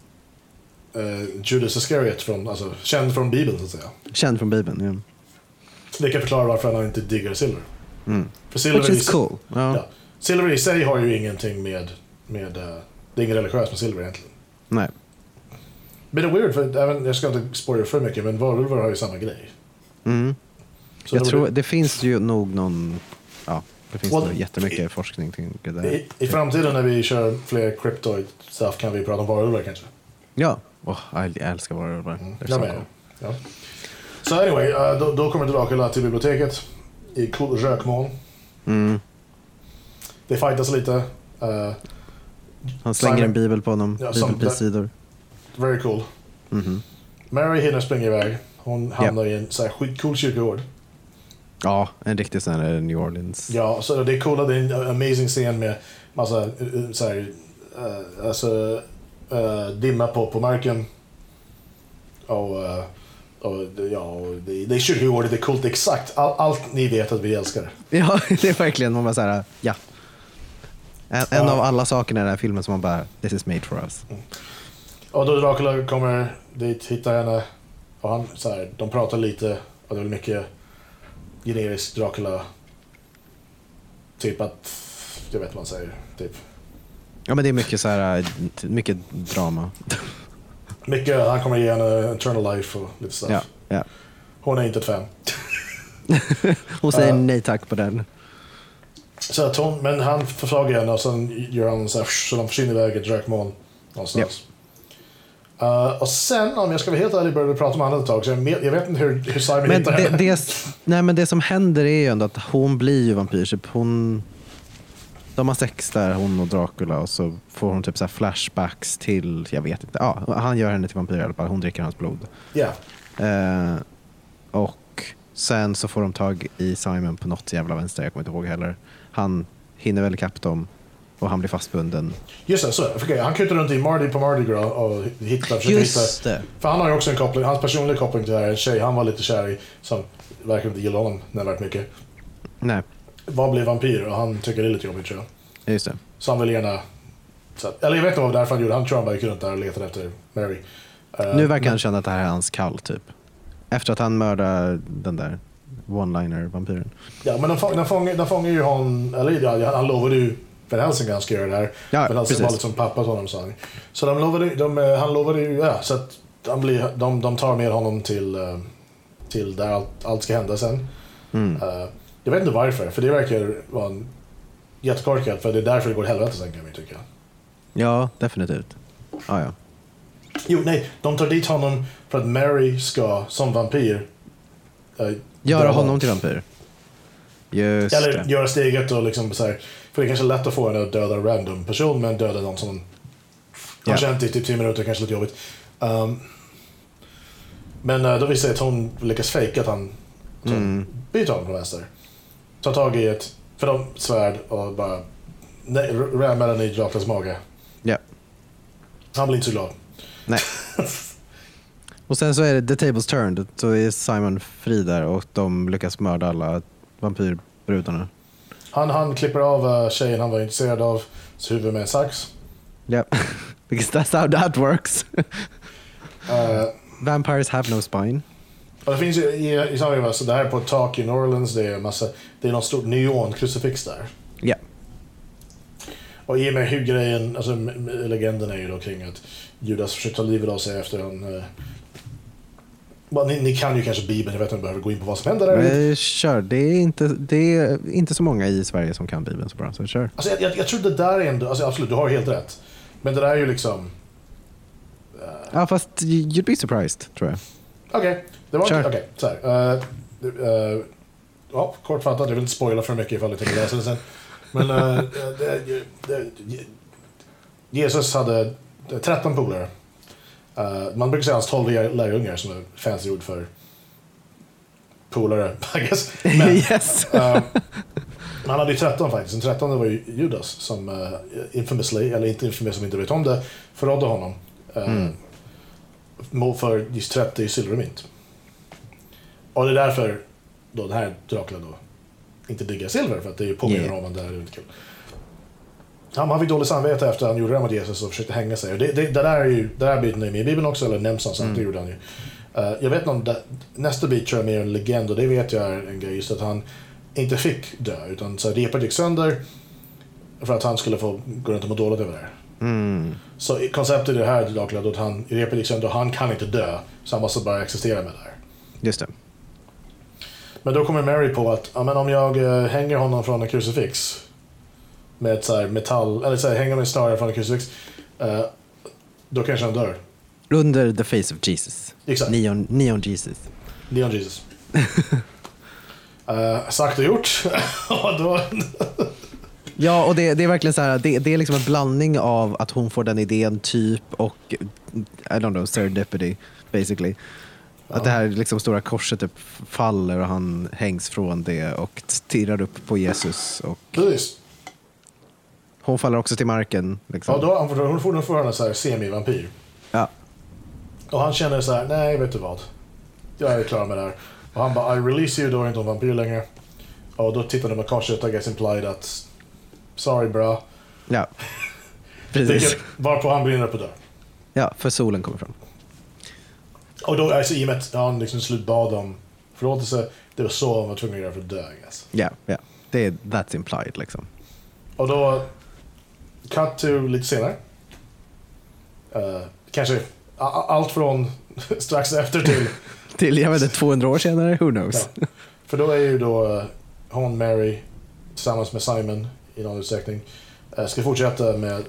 Judas Iscariot känd från Bibeln så att säga. Känd från Bibeln, ja. Det kan förklara varför han inte diggar silver. För silver which is cool. Ja. Silver i sig har ju ingenting med det är inget religiöst med silver egentligen. Nej. Men det är weird, för även, jag ska inte spoila för mycket, men varulvar har ju samma grej. Jag tror det finns ju nog någon det finns nog jättemycket forskning kring det där. I framtiden när vi kör fler cryptoid stuff kan vi prata om varulvar kanske. Ja, jag älskar varulvar. Ja. Så anyway, då kommer Dracula till biblioteket i rökmoln. Det fightas lite. Han slänger en bibel på honom, bibelsidor. Very cool. Mary hinner springa iväg. Hon hamnar i en så här skitcool kyrkogård. Ja, en riktig sån här New Orleans. Ja, så det är coola, det är en amazing scen med massa så här, dimma på marken. Och det är kyrkogården, det är coolt, exakt allt ni vet att vi älskar. Ja, det är verkligen, man bara så här, ja. En av alla sakerna i den här filmen som man bara, this is made for us. Och då Dracula kommer dit, hittar henne och han så här, de pratar lite och det är mycket generisk Dracula typ att jag vet vad man säger typ. Ja, men det är mycket så här, mycket drama. Mycket, han kommer ge henne eternal life och lite stuff. Ja. Hon är inte ett fan. Hon säger nej tack på den. Så att men han förfrågar henne och sen gör han så de försvinner iväg ett rökmoln någonstans. Och sen, om jag ska vara helt ärlig, började prata med honom ett tag, så jag vet inte hur Simon hittar henne. Men det som händer är ju ändå att hon blir ju vampyr. Typ de har sex där, hon och Dracula, och så får hon typ så här flashbacks till, jag vet inte, han gör henne till vampyr i alla fall, hon dricker hans blod. Och sen så får de tag i Simon på något jävla vänster, jag kommer inte ihåg heller. Han hinner väl ikapp dem och han blir fastbunden. Just det, så han kutar runt i Mardi Gras och hittar. För han har ju också en koppling, hans personliga koppling till det här, en tjej han var lite kär i som verkar inte gillar honom nämligen mycket. Nej. Vad blir vampyr? Och han tycker det är lite jobbigt, tror jag. Just det. Så han vill gärna... eller jag vet inte vad därför han gjorde. Han tror han bara gick runt där och letade efter Mary. Nu verkar han känna att det här är hans kall, typ. Efter att han mördar den där one-liner-vampyren. Ja, men de fångar ju honom... Eller han lovade ju Van Helsing att han ska göra det här. Ja, Van Helsing var liksom pappa till honom, sa han. Så han lovade ju... Ja, så att de tar med honom till där allt ska hända sen. Jag vet inte varför, för det verkar vara en jättekorkat, för det är därför det går helvete sen, kan vi tycka. Ja, definitivt. Ja. Jo, nej, de tar dit honom för att Mary ska, som vampyr, göra honom till vampyr. Just eller det. Göra steget och liksom så här, för det är kanske lätt att få en att döda en random person, men döda någon som har känt i typ 10 minuter, kanske lite jobbigt. Men då visar det att hon lyckas fejka att han byter honom på vänster. Tar tag i ett för de svärd och bara rammar den i Draculas mage. Ja. Han blir inte så glad. Nej. Och sen så är det The Tables Turned. Så är Simon fri där och de lyckas mörda alla vampyrbrudarna. Han klipper av tjejen han var intresserad av huvud med en sax. Ja, because that's how that works. Vampires have no spine. Och det finns ju i samma, så det här på ett tak i New Orleans, det är någon stor neon-krucifix där. Ja. Och i och med hur grejen, alltså legenden är ju då kring att Judas försökte ta livet av sig efter han... Ni kan ju kanske Bibeln, jag vet inte om jag behöver gå in på vad som händer där. Kör, det är inte så många i Sverige som kan Bibeln så bra, så kör. Alltså jag tror det där är ändå, alltså absolut, du har helt rätt. Men det där är ju liksom... Ja, fast you'd be surprised, tror jag. Okej, det var inte... Okej, så här. Ja, kortfattat, jag vill inte spoila för mycket ifall jag tänker läsa det sen. Men Jesus hade 13 polare. Man brukar säga hans 12 lärjungar som är fancy ord för polare, I guess. Men, yes. han hade ju 13 faktiskt. Den 13 var ju Judas som infamously, eller inte infamous som inte vet om det, förrådde honom för just 30 silvermynt. Och det är därför då den här Dracula då inte diggar silver, för att det är ju påminner om att det här är inte kul. Han fick dålig samvete efter han gjorde det mot Jesus och försökte hänga sig. Och det där biten är med i Bibeln också, eller nämns han, det gjorde han ju. Jag vet inte om nästa bit tror jag är mer en legend, och det vet jag är en grej, just att han inte fick dö, utan så repet gick sönder för att han skulle få gå runt och må dåligt över det här. Så konceptet i det här Dracula, att han i repet gick sönder och han kan inte dö, så han måste bara existera med det här. Just det. Men då kommer Mary på att men om jag hänger honom från en krucifix med ett så här metall, eller så här, hänger med snöre från en krucifix, då kanske han dör. Under the face of Jesus. Exakt. Neon Jesus. Neon Jesus. Sagt och gjort. Ja, och det är verkligen så här, det är liksom en blandning av att hon får den idén typ och I don't know, serendipity basically. Att det här liksom stora korset typ faller och han hängs från det och stirrar upp på Jesus. Och precis. Hon faller också till marken. Liksom. Ja, hon får henne så här semi-vampyr. Ja. Och han känner så här, nej, vet du vad? Jag är klar med det här. Och han bara, I release you, då är inte en vampyr längre. Och då tittar de med korset, I guess implied att sorry bra. Ja, precis. Varpå han brinner upp och dör. Ja, för solen kommer fram. Och då, alltså, i och med att han liksom slutbad om förlåtelse, det var så han var tvungen att göra för att dö, I guess. Ja. That's implied liksom. Och då cut to lite senare. Kanske allt från strax efter till jag vet inte, 200 år senare, who knows. Ja. För då är ju då hon, Mary, tillsammans med Simon i någon utsträckning. Ska fortsätta med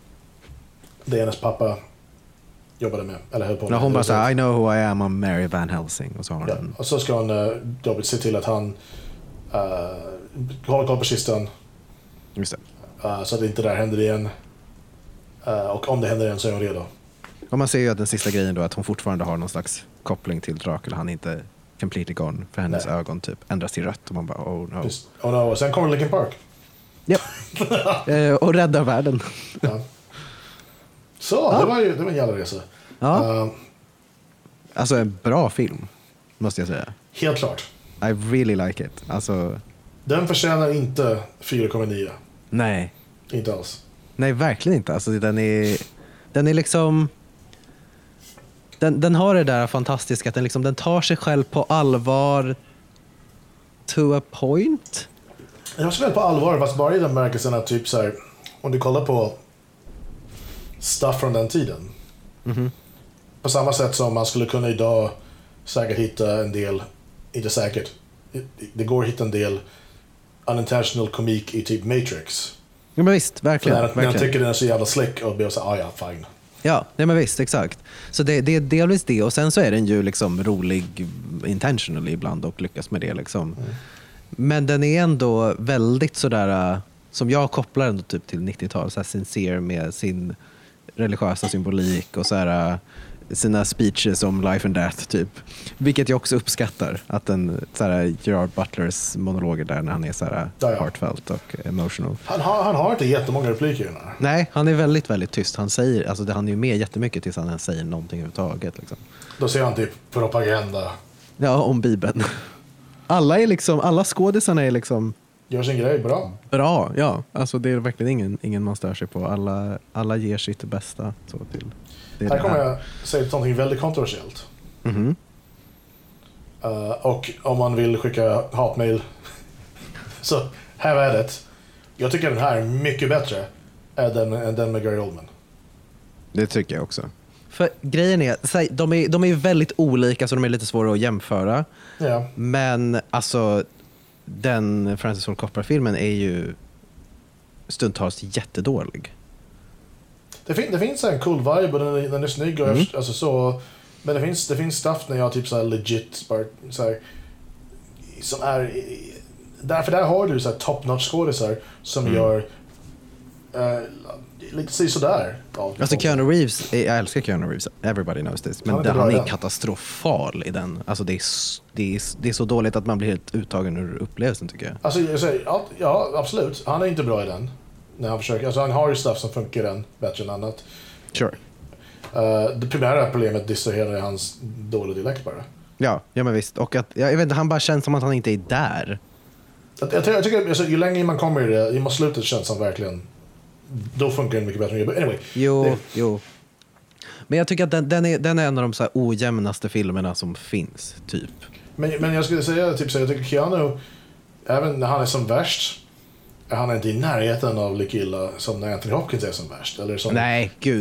det hennes pappa jobbade med, eller höll på med. Hon bara såhär, I know who I am, I'm Mary Van Helsing. Och så har hon och så ska hon då se till att han håller koll på kistan. Just det. Så att inte det där händer igen. Och om det händer igen så är hon redo. Och man ser ju att den sista grejen då, att hon fortfarande har någon slags koppling till Dracula. Han är inte completely gone, för hennes ögon typ ändras till rött och man bara, oh no. Just, oh no, och sen kommer Linkin Park. Japp. Och räddar världen. Ja. Så, det var en jävla resa. Ja. Alltså en bra film, måste jag säga. Helt klart. I really like it. Alltså... Den förtjänar inte 4,9. Nej. Inte alls. Nej, verkligen inte. Alltså, den är liksom... Den har det där fantastiska att den tar sig själv på allvar to a point. Jag har så väl på allvar, fast bara i den märkelsen att typ så här, om du kollar på stuff från den tiden. Mm-hmm. På samma sätt som man skulle kunna idag säkert hitta en del, inte säkert, det går att hitta en del unintentional komik i typ Matrix. Ja, men visst, verkligen. Men jag tycker den är så jävla slick och blir så ja, fine. Ja, nej, men visst, exakt. Så det är delvis det, och sen så är den ju liksom rolig intentionally ibland och lyckas med det liksom. Mm. Men den är ändå väldigt sådär, som jag kopplar ändå typ till 90-tal, så här sincere med sin religiösa symbolik och så här, sina speeches om life and death typ. Vilket jag också uppskattar, att den så här, Gerard Butlers monologer där när han är så här heartfelt och emotional. Han har inte jättemånga repliker i den här. Nej, han är väldigt, väldigt tyst. Han säger, alltså han är ju med jättemycket tills han säger någonting överhuvudtaget liksom. Då ser han typ propaganda. Ja, om Bibeln. Alla skådisarna är liksom gör sin grej bra, ja. Alltså det är verkligen ingen man stör sig på. Alla ger sitt bästa så till det. Här kommer jag säga någonting väldigt kontroversiellt. Mm-hmm. Och om man vill skicka hatmail så här är det. Jag tycker den här är mycket bättre än den med Gary Oldman. Det tycker jag också. För grejen är, de är ju väldigt olika så de är lite svåra att jämföra. Ja. Men alltså den Francis Ford Coppola-filmen är ju stundtals jättedålig. Det finns en cool vibe och den är snygg och alltså så, men det finns stuff när jag typ så här legit så här, som är därför där har du så här top notch skådisar som gör lite sådär. Alltså Keanu Reeves, jag älskar Keanu Reeves, everybody knows this, men han är katastrofal i den. Alltså det är så dåligt att man blir helt uttagen ur upplevelsen tycker jag. Alltså jag säger, ja absolut, han är inte bra i den när han försöker, alltså han har ju stuff som funkar den bättre än annat. Sure. Det primära problemet distraherar hans dåliga dialekt bara. Ja men visst, och att jag vet inte, han bara känns som att han inte är där. Jag tycker alltså, ju längre man kommer i det, i slutet känns han verkligen. Då funkar det mycket bättre. Anyway. Jo. Men jag tycker att den är en av de så här ojämnaste filmerna som finns, typ. Men jag skulle säga, typ så jag tycker Keanu, även när han är som värst, han är inte i närheten av lika illa som när Anthony Hopkins är som värst. Eller som, nej, gud.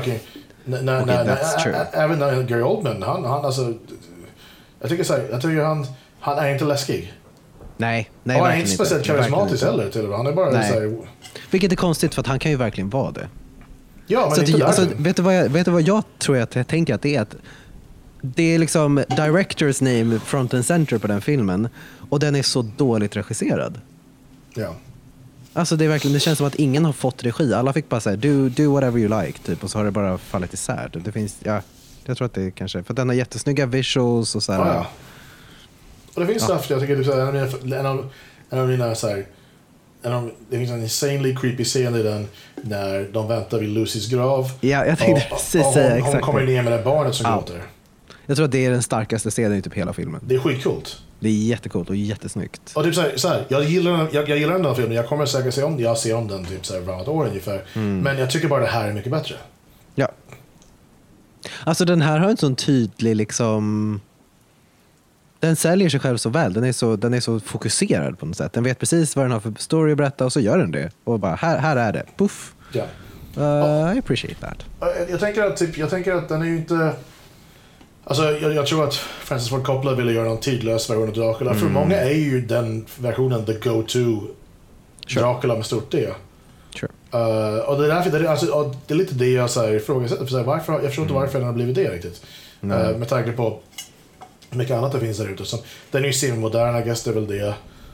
Även när Gary Oldman, han alltså, jag tycker han är inte läskig. Nej, han är inte speciellt karismatisk heller till det. Han är bara så här. Vilket är konstigt för att han kan ju verkligen vara det. Ja, men så inte alltså, vet du vad jag tror att jag tänker att det är? Att det är liksom director's name front and center på den filmen och den är så dåligt regisserad. Ja. Alltså det är verkligen, det känns som att ingen har fått regi. Alla fick bara säga do whatever you like typ, och så har det bara fallit isär. Det finns, jag tror att det är kanske för att den har jättesnygga visuals och så här. Ja. Och det finns stuff, jag tycker det en av mina så här, det finns en insanely creepy scen i den när de väntar vid Lucys grav. Ja, jag tänkte precis säga exakt. Hon kommer ner med det barnet som gråter. Jag tror att det är den starkaste scenen i typ hela filmen. Det är skitcoolt. Det är jättecoolt och jättesnyggt. Och typ så här, jag gillar den här filmen. Jag kommer säkert se om den. Jag ser om den typ så här varje år ungefär. Men jag tycker bara det här är mycket bättre. Ja. Alltså den här har en sån tydlig liksom. Den säljer sig själv så väl. Den är så fokuserad på något sätt. Den vet precis vad den har för story att berätta och så gör den det. Och bara, här är det. Puff. Ja. I appreciate that. Jag tänker att den är ju inte. Alltså jag tror att Francis Ford Coppola ville göra någon tidlös version av Dracula. För många är ju den versionen the go-to Dracula med stort D. Sure. Och det är därför det är lite det jag ifrågasätter. Jag förstår inte varför den har blivit det riktigt. Med tanke på mycket annat det finns där ute. Den är ju semi-modern, I guess det är väl det.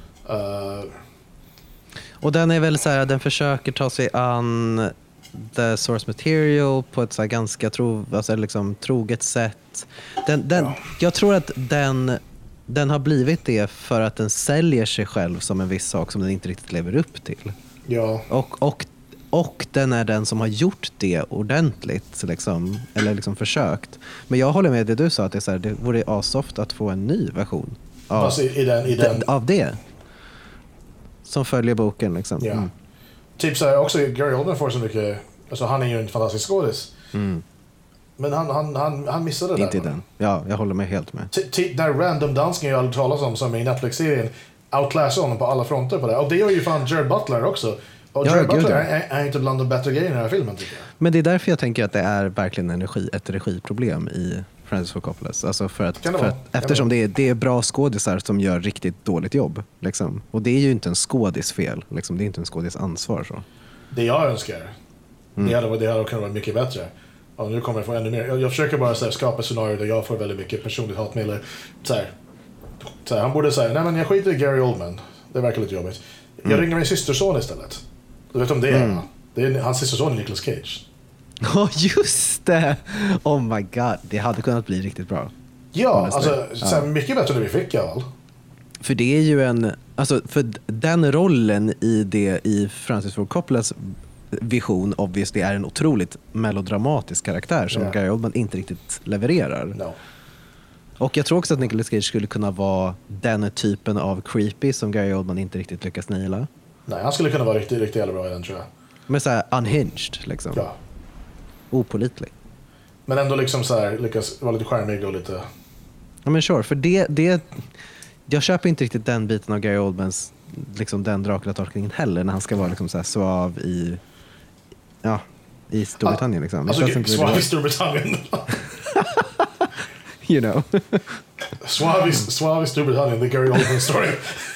Och den är väl så här, den försöker ta sig an the source material på ett så här ganska troget sätt. Jag tror att den har blivit det för att den säljer sig själv som en viss sak som den inte riktigt lever upp till. Ja. Och den är den som har gjort det ordentligt liksom, eller liksom försökt. Men jag håller med det du sa, att det är så här, det vore asoft att få en ny version av, alltså i den. Av det som följer boken liksom. Ja. Typ så här, också Gary Oldman får så mycket, alltså han är ju en fantastisk skådis. Men han missade det inte där. Den. Ja, jag håller med helt med. Den random dansken jag aldrig talas om som är i Netflix-serien outclassar honom på alla fronter på det. Och det gör ju fan Jared Butler också. Och Jared Butler är inte bland de bättre grejerna i den här filmen, tycker jag. Men det är därför jag tänker att det är verkligen ett regiproblem i Francis Ford Coppola. Alltså eftersom det är bra skådisar som gör riktigt dåligt jobb. Liksom. Och det är ju inte en skådis fel. Liksom. Det är inte en skådis ansvar. Så. Det jag önskar, det hade kunnat vara mycket bättre. Och nu kommer jag få ännu mer. Jag försöker bara så här, skapa ett scenario där jag får väldigt mycket personligt hatmedel. Så här, han borde säga, nej men jag skiter i Gary Oldman. Det verkar lite jobbigt. Jag ringer min systerson istället. Du vet om det är, det är hans systerson är Nicolas Cage. Ja, just det! Oh my god, det hade kunnat bli riktigt bra. Ja, alltså så mycket bättre än vi fick i alla fall. För det är ju för den rollen i Francis Ford Coppolas vision obviously är en otroligt melodramatisk karaktär som Gary Oldman inte riktigt levererar. No. Och jag tror också att Nicolas Cage skulle kunna vara den typen av creepy som Gary Oldman inte riktigt lyckas naila. Nej, han skulle kunna vara riktigt jävla bra i den, tror jag. Men så här unhinged liksom. Ja. Opålitlig. Men ändå liksom så här lyckas vara lite charmig och lite. Ja men sure, för det jag köper inte riktigt den biten av Gary Oldmans liksom den Dracula-tolkningen heller när han ska vara liksom så här suav i Storbritannien liksom. Alltså suav i Storbritannien. You know. Suav i Storbritannien, the Gary Oldman story.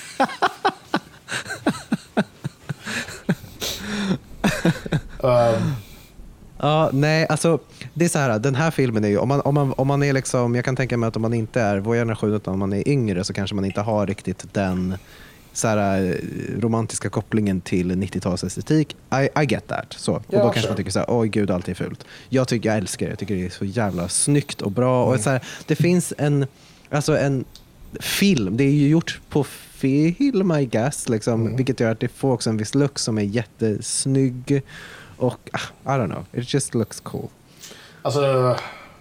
Ja, nej, alltså det är så här, den här filmen är ju om man är liksom, jag kan tänka mig att om man inte är vår generation utan om man är yngre så kanske man inte har riktigt den så här romantiska kopplingen till 90-tals estetik. I get that. Så. Och då kanske man tycker så här, oj gud, allt är fult. Jag älskar det. Jag tycker det är så jävla snyggt och bra. Och så här, det finns en film, det är ju gjort på film I guess, liksom, vilket gör att det får också en viss look som är jättesnygg. Och I don't know, it just looks cool. Alltså,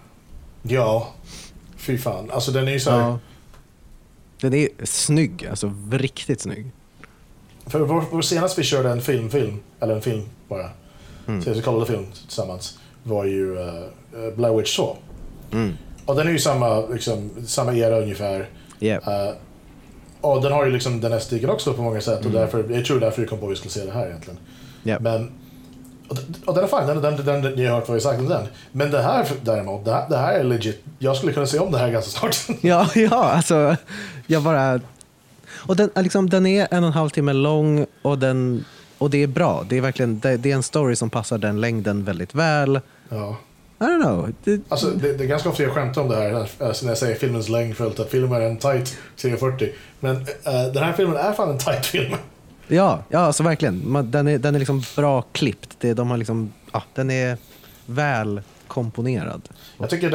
ja, fy fan. Alltså den är ju så här. Ja. Den är snygg, alltså riktigt snygg. För vår senast vi körde en film eller en film bara. Så vi kollade film tillsammans var ju Blair Witch 2. Och den är ju samma era ungefär. Yeah. Och den har ju liksom den estetiken också på många sätt och jag tror därför vi kom på att vi skulle se det här egentligen. Yeah. Men och den är fin, den ni har hört vad vi sagt om den. Men det här däremot, det här är legit. Jag skulle kunna se om det här ganska snart. Ja, alltså jag bara. Och den är 1,5 timme lång och det är bra. Det är verkligen det är en story som passar den längden väldigt väl. Ja. I don't know. Alltså det är ganska ofta jag skämtar om det här när jag säger filmens längd för att filmen är en tight 3:40. Men den här filmen är fan en tight film. Ja, alltså verkligen. Den är liksom bra klippt. De har liksom, den är väl komponerad. Jag tycker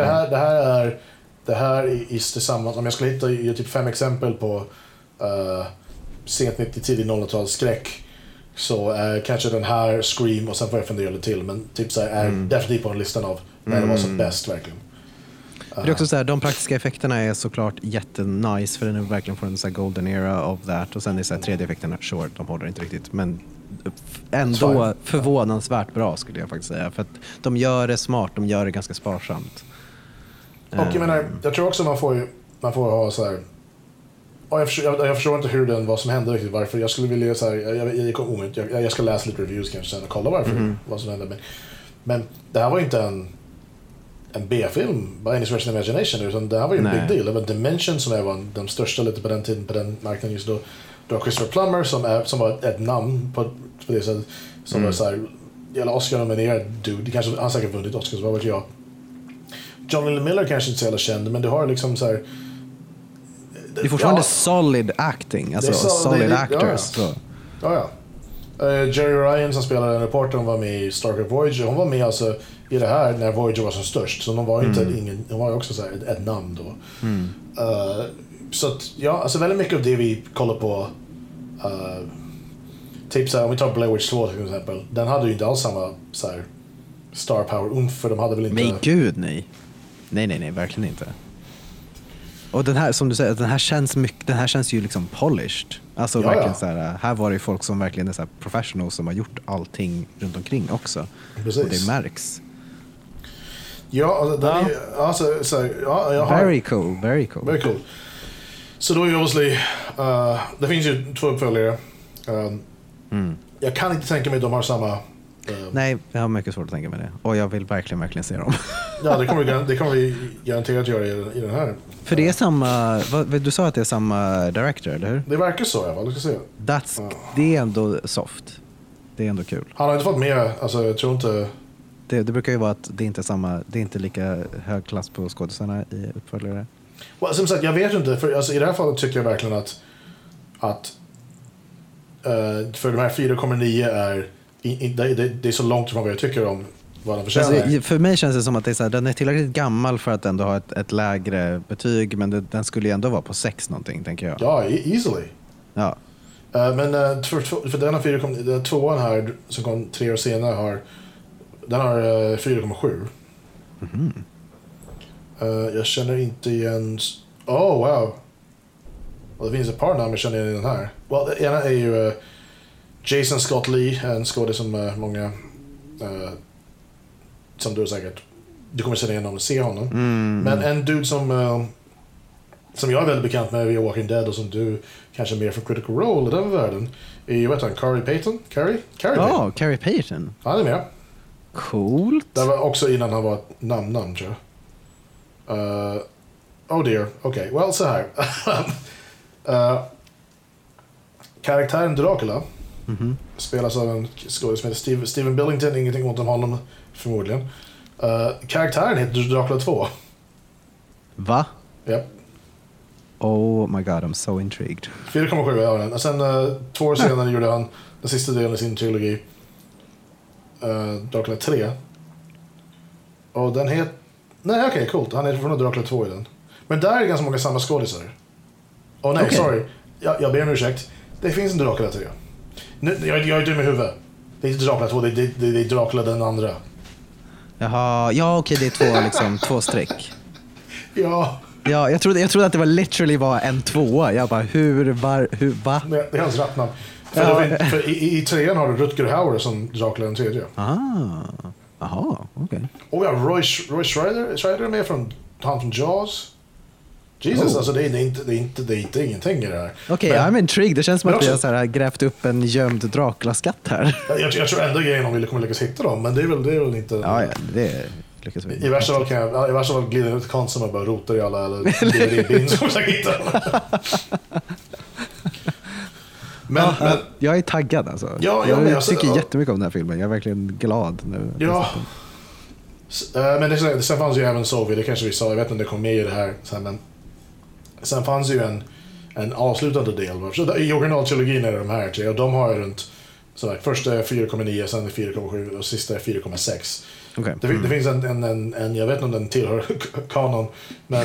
det här är tillsammans. Om jag skulle hitta typ 5 exempel på sent 90 tidig 00-tals skräck så är kanske den här Scream och sen får jag fundera lite till, men typ så här är definitivt på den listan av när det var som bäst verkligen. Det är också så här, de praktiska effekterna är såklart jättenice för den verkligen får en så här golden era of that, och sen är så här 3D-effekterna, sure, de håller inte riktigt, men ändå förvånansvärt bra skulle jag faktiskt säga, för att de gör det smart, de gör det ganska sparsamt. Och jag menar, jag tror också man får ha så här. Och jag förstår inte vad som hände riktigt, varför. Jag skulle vilja så här, jag ska läsa lite reviews kanske sen och kolla vad som hände. Men det här var inte en B-film by any stretch of imagination, utan det här var ju en big deal. Det var Dimension som var de största lite på den tiden, på den marknaden just då Du har Christopher Plummer som var ett namn på det sättet. Som var såhär, jävla Oscar-nominerad dude. Kanske, han har säkert vunnit Oscars, vad vet jag. John Lee Miller kanske inte så jävla känd, men du har liksom så här. Det är fortfarande solid acting, alltså solid actors. Ja. Jerry Ryan som spelade en reporter, hon var med i Star Trek Voyager. Hon var med alltså i det här när Voyager var som störst. Så hon var inte hon var också så här ett namn då. Så att, ja, alltså väldigt mycket av det vi kollar på, typ så här, om vi tar Blair Witch 2 till exempel, den hade ju inte alls samma så här star power, för de hade väl inte... Men gud, nej, verkligen inte. Och den här, som du säger, den här känns ju liksom polished. Alltså verkligen så här var det folk som verkligen är så här professionals som har gjort allting runt omkring också. Precis. Och det märks. Ja, very cool. Very cool. Så då är obviously, det finns ju 2 uppföljare. Jag kan inte tänka mig att de har samma... Nej, jag har mycket svårt att tänka mig det. Och jag vill verkligen se dem. Ja, det kommer vi garanterat göra i den här. För det är samma... Du sa att det är samma director, eller hur? Det verkar så, i alla fall. Det är ändå soft. Det är ändå kul. Han har inte fått med, alltså jag tror inte... Det brukar ju vara att det är inte lika hög klass på skådespelarna i uppföljare. Well, som sagt, jag vet inte. För alltså, i det här fallet tycker jag verkligen att för de här 4,9 är... Det är så långt från vad jag tycker om vad den förtjänar. Alltså, för mig känns det som att det är så här, den är tillräckligt gammal för att ändå ha ett lägre betyg, men den skulle ju ändå vara på 6 någonting, tänker jag. Ja, easily. Ja. Men för den har 2an här som kom 3 år senare den har 4,7. Jag känner inte igen... Oh, wow. Och det finns ett par namn jag känner igen i den här. Well, det ena är ju Jason Scott Lee, en skådespelare som många som du säkert du kommer känna igen om att se honom. Men en dude som jag är väldigt bekant med via Walking Dead och som du kanske mer för Critical Role i den världen är ju, vet han, Carrie Payton? Carrie Payton. Han är med. Coolt. Det var också innan han var ett namn tror jag. Oh dear, okej. Well, så här. Karaktären Dracula spelas av en skådespelare som heter Steven Billington, ingenting ont om honom förmodligen. Karaktären heter Dracula 2. Va? Yep. Oh my god, I'm so intrigued. 4,7 är den. Och sen 2 år senare gjorde han den sista delen i sin trilogi, Dracula 3. Och den heter... Nej, okej, coolt. Han heter från Dracula 2 i den. Men där är ganska många samma skådisar. Sorry. Jag ber om ursäkt. Det finns en Dracula 3. Jag är dum i huvudet. Det är inte Dracula 2, det är Dracula den andra. Jaha, ja okej, det är 2 liksom, 2 streck. Ja. Ja, jag trodde att det var literally var en 2. Jag bara, va? Det är hans rappnamn. För i 3an har du Rutger Hauer som Dracula den 3. Aha, okej. Och ja, Roy Schreider är med från Jaws. Jesus, alltså det är inte ingenting i det här. Okej, I'm intrigued. Det känns som att vi har så här grävt upp en gömd Dracula-skatt här. Jag tror ändå grejen om vi kommer lyckas hitta dem, men det är väl inte... Ja, det lyckas vi. I värsta fall glider jag ut konstigt och bara rotar i alla eller DVD-bins som jag hittar dem. Men jag är taggad alltså. Jag tycker jättemycket om den här filmen. Jag är verkligen glad nu. Ja. Men sen fanns ju även Sophie, det kanske vi sa, jag vet inte om det kom med i det här sen, men sen fanns ju en avslutande del. I originaltrilogin är det de här 3 och de har runt sådär, första är 4,9, sen är 4,7 och sista är 4,6. Okay. Det finns en jag vet inte om den tillhör kanon, men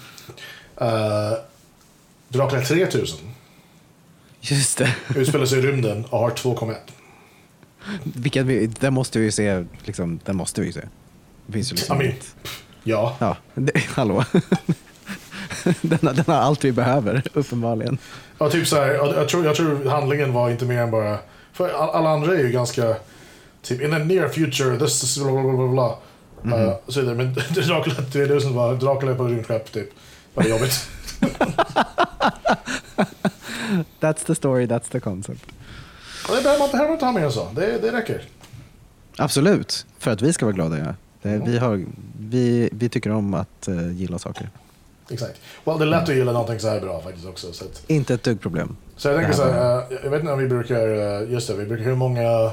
Dracula 3000. Just det. Utspelar sig i rymden och har 2,1. Den måste vi ju se, liksom, den måste vi ju se. Det finns ju liksom ja. Hallå. den har allt vi behöver, uppenbarligen. Ja, typ så här, jag tror handlingen var inte mer än bara... För alla andra är ju ganska... Typ, in the near future, this is bla bla bla bla. Så är det, men Dracula 3000 var Dracula på rymdskepp, typ. Vad jobbigt. That's the story, that's the concept. Det behöver man inte ha mer än så. Det räcker. Absolut, för att vi ska vara glada. Ja. Vi tycker om att gilla saker. Exakt. Well, det är lätt att gilla någonting så här bra faktiskt också. Så att, inte ett dugg problem. Så jag tänker så här, jag vet inte om vi brukar, just det, vi brukar hur många...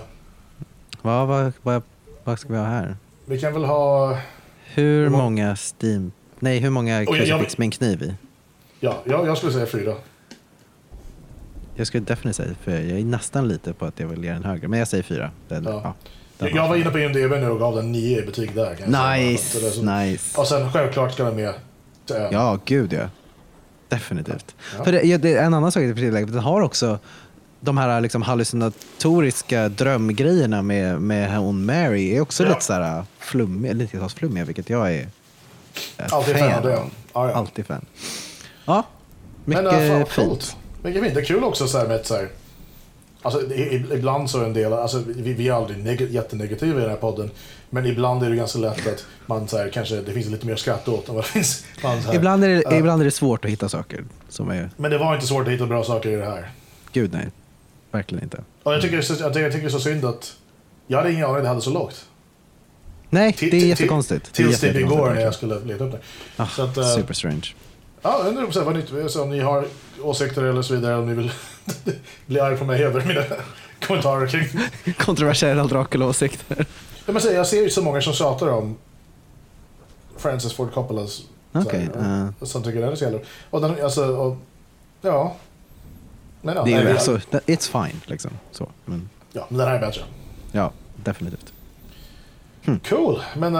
Vad ska vi ha här? Vi kan väl ha... Hur många Steam... Nej, hur många crucifix med en kniv i? Ja, jag skulle säga 4. Jag skulle definitivt säga 4. Jag är nästan lite på att jag vill ge den högre. Men jag säger 4. Jag var inne på IMDb nu och gav den 9 i betyg där. Nice. Och sen självklart ska den med. Ja, gud ja. Definitivt. Ja. För det är en annan sak i tillägget. Den har också de här liksom hallucinatoriska drömgrejerna med hon Mary är också lite så här flummiga, vilket jag är alltid fan. Alltid fan. Ja, mycket fint. Mycket fint. Det är kul också så här med så här, alltså ibland så är en del, alltså vi är aldrig jättenegativa i den här podden, men ibland är det ganska lätt att man så här, kanske det finns lite mer skratt åt än vad det finns. Ibland är det svårt att hitta saker som är... Men det var inte svårt att hitta bra saker i det här. Gud nej, verkligen inte. Och jag tycker det är så synd att jag hade ingen aning att det hade så lågt. Nej, det är jättekonstigt. Tills det igår när jag skulle leta upp det. Så att, super strange. Ja, jag undrar vad nytt, så om ni har åsikter eller så vidare, om ni vill bli arg på mig över mina kommentarer kring kontroversiella Dracula-åsikter. Jag ser ju så många som tjatar om Francis Ford Coppolas som tycker den är så jävla. Och den, ja. Men ja, det är alltså, it's fine liksom. Så, men. Ja, men den här är bättre. Ja, definitivt. Cool, men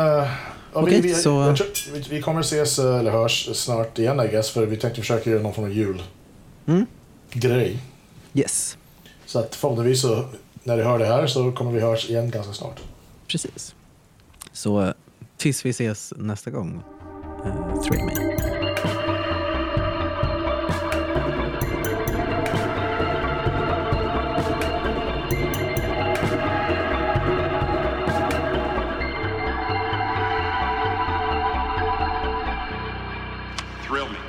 vi kommer ses eller hörs snart igen, I guess, för vi tänkte försöka göra någon form av julgrej. Yes. Så att förhoppningsvis så, när du hör det här så kommer vi hörs igen ganska snart. Precis. Så tills vi ses nästa gång, thrill me. Thrill me.